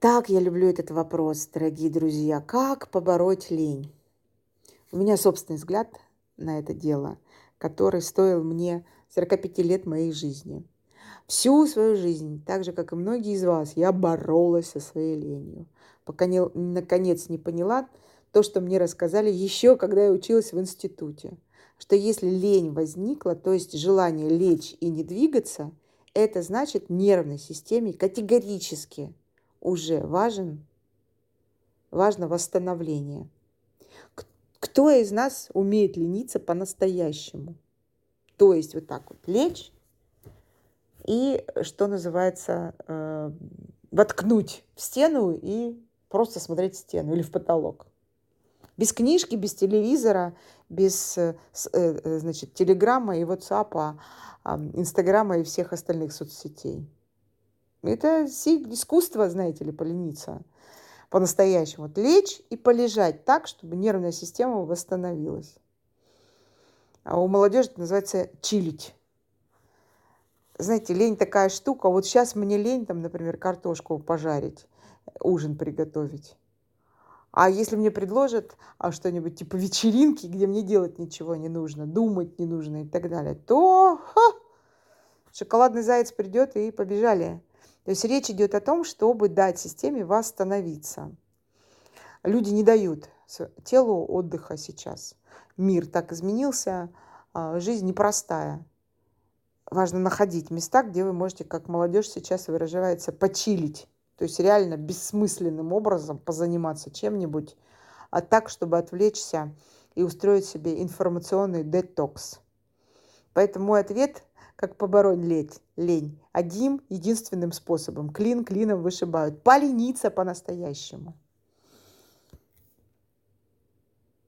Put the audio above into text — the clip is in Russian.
Так, я люблю этот вопрос, дорогие друзья. Как побороть лень? У меня собственный взгляд на это дело, который стоил мне 45 лет моей жизни. Всю свою жизнь, так же, как и многие из вас, я боролась со своей ленью, пока наконец не поняла то, что мне рассказали еще, когда я училась в институте, что если лень возникла, то есть желание лечь и не двигаться, это значит нервной системе категорически уже важно восстановление. Кто из нас умеет лениться по-настоящему? То есть вот так вот лечь и, что называется, воткнуть в стену и просто смотреть в стену или в потолок. Без книжки, без телевизора, без значит, телеграмма и ватсапа, инстаграма и всех остальных соцсетей. Это искусство, знаете ли, полениться по-настоящему. Вот лечь и полежать так, чтобы нервная система восстановилась. А у молодежи это называется чилить. Знаете, лень такая штука. Вот сейчас мне лень, там, например, картошку пожарить, ужин приготовить. А если мне предложат что-нибудь типа вечеринки, где мне делать ничего не нужно, думать не нужно и так далее, то шоколадный заяц придет и побежали. То есть речь идет о том, чтобы дать системе восстановиться. Люди не дают телу отдыха сейчас. Мир так изменился, жизнь непростая. Важно находить места, где вы можете, как молодежь сейчас выражается, почилить. То есть реально бессмысленным образом позаниматься чем-нибудь, а так, чтобы отвлечься и устроить себе информационный детокс. Поэтому мой ответ, как побороть лень, одним единственным способом. Клин клином вышибают. Полениться по-настоящему.